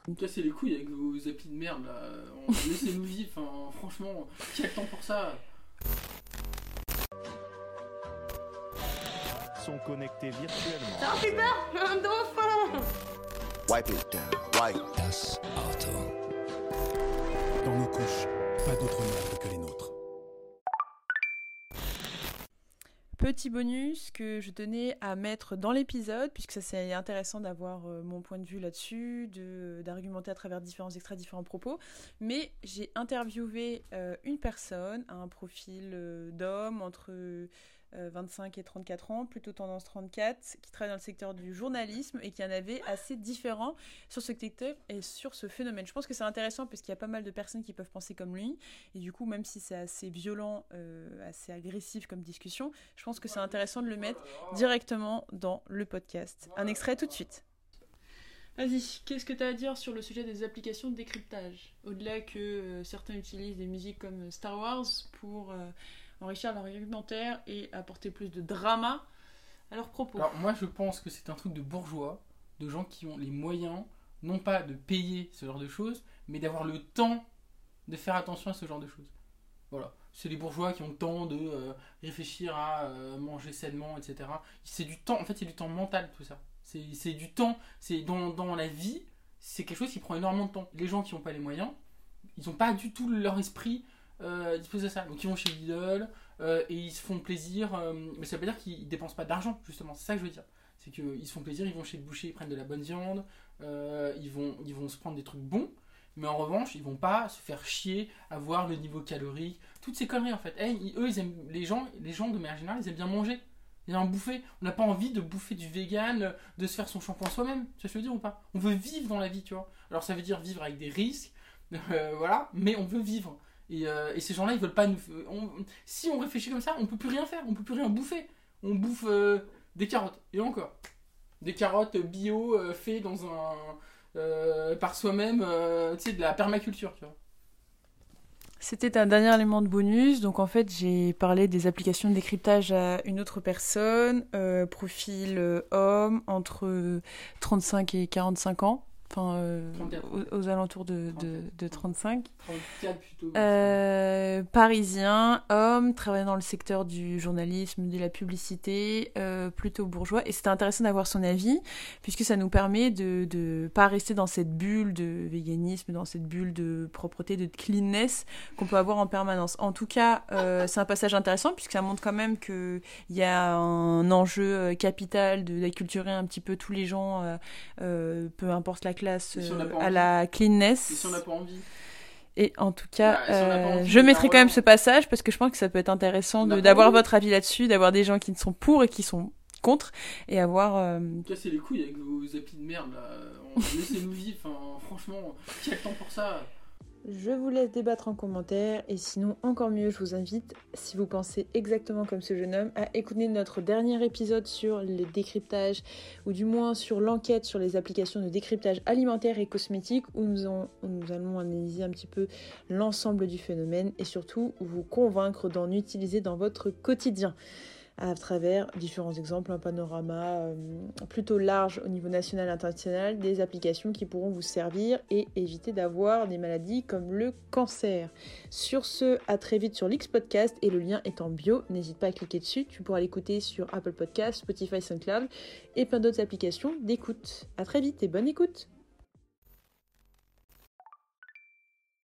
Vous me cassez les couilles avec vos applis de merde là. Laissez-nous vivre, enfin, franchement, qui a le temps pour ça? Sont connectés virtuellement. Ça en fait peur, un dauphin. Wipe it down. Wipe. Das Auto. Dans nos couches, pas d'autre merde que les nôtres. Petit bonus que je tenais à mettre dans l'épisode, puisque ça c'est intéressant d'avoir mon point de vue là-dessus, d'argumenter à travers différents extraits, différents propos, mais j'ai interviewé une personne, un profil d'homme entre 25 et 34 ans, plutôt tendance 34, qui travaille dans le secteur du journalisme et qui en avait assez différent sur ce secteur et sur ce phénomène. Je pense que c'est intéressant parce qu'il y a pas mal de personnes qui peuvent penser comme lui et du coup, même si c'est assez violent, assez agressif comme discussion, je pense que c'est intéressant de le mettre directement dans le podcast. Un extrait tout de suite. Vas-y, qu'est-ce que tu as à dire sur le sujet des applications de décryptage? Au-delà que certains utilisent des musiques comme Star Wars pour enrichir leur argumentaire et apporter plus de drama à leurs propos. Alors moi je pense que c'est un truc de bourgeois, de gens qui ont les moyens, non pas de payer ce genre de choses, mais d'avoir le temps de faire attention à ce genre de choses. Voilà, c'est les bourgeois qui ont le temps de réfléchir à manger sainement, etc. C'est du temps, en fait c'est du temps mental tout ça. C'est du temps, c'est dans la vie, c'est quelque chose qui prend énormément de temps. Les gens qui n'ont pas les moyens, ils n'ont pas du tout leur esprit disposé à ça. Donc ils vont chez Lidl et ils se font plaisir, mais ça veut pas dire qu'ils dépensent pas d'argent justement, c'est ça que je veux dire. C'est qu'ils se font plaisir, ils vont chez le boucher, ils prennent de la bonne viande, ils vont se prendre des trucs bons, mais en revanche ils vont pas se faire chier à voir le niveau calorique, toutes ces conneries en fait. Eux ils aiment, les gens de manière générale ils aiment bien manger. Il y a un bouffer. On n'a pas envie de bouffer du vegan, de se faire son shampoing soi-même. Tu vois ce que je veux dire ou pas? On veut vivre dans la vie, tu vois. Alors ça veut dire vivre avec des risques, voilà, mais on veut vivre. Et ces gens-là, ils veulent pas nous. Si on réfléchit comme ça, on peut plus rien faire, on peut plus rien bouffer. On bouffe des carottes, et encore. Des carottes bio faites dans un. Par soi-même, tu sais, de la permaculture, tu vois. C'était un dernier élément de bonus, donc en fait j'ai parlé des applications de décryptage à une autre personne, profil homme, entre 35 et 45 ans, enfin aux alentours de 35. 34 plutôt. Parisien, homme, travaillant dans le secteur du journalisme, de la publicité, plutôt bourgeois. Et c'était intéressant d'avoir son avis, puisque ça nous permet de pas rester dans cette bulle de véganisme, dans cette bulle de propreté, de cleanness qu'on peut avoir en permanence. En tout cas, c'est un passage intéressant, puisque ça montre quand même qu'il y a un enjeu capital d'acculturer un petit peu tous les gens, peu importe la classe, si à la cleanness. Et si on n'a pas envie. Et en tout cas, si on n'a pas envie, je mettrai quand même ce passage parce que je pense que ça peut être intéressant d'avoir votre avis là-dessus, d'avoir des gens qui sont pour et qui sont contre, et avoir... Cassez les couilles avec vos applis de merde là. Laissez-nous vivre, enfin, franchement, qui a le temps pour ça? Je vous laisse débattre en commentaire, et sinon, encore mieux, je vous invite, si vous pensez exactement comme ce jeune homme, à écouter notre dernier épisode sur les décryptages, ou du moins sur l'enquête sur les applications de décryptage alimentaire et cosmétique, où nous allons analyser un petit peu l'ensemble du phénomène, et surtout vous convaincre d'en utiliser dans votre quotidien, à travers différents exemples, un panorama plutôt large au niveau national et international, des applications qui pourront vous servir et éviter d'avoir des maladies comme le cancer. Sur ce, à très vite sur l'X Podcast, et le lien est en bio, n'hésite pas à cliquer dessus, tu pourras l'écouter sur Apple Podcast, Spotify, SoundCloud et plein d'autres applications d'écoute. À très vite et bonne écoute!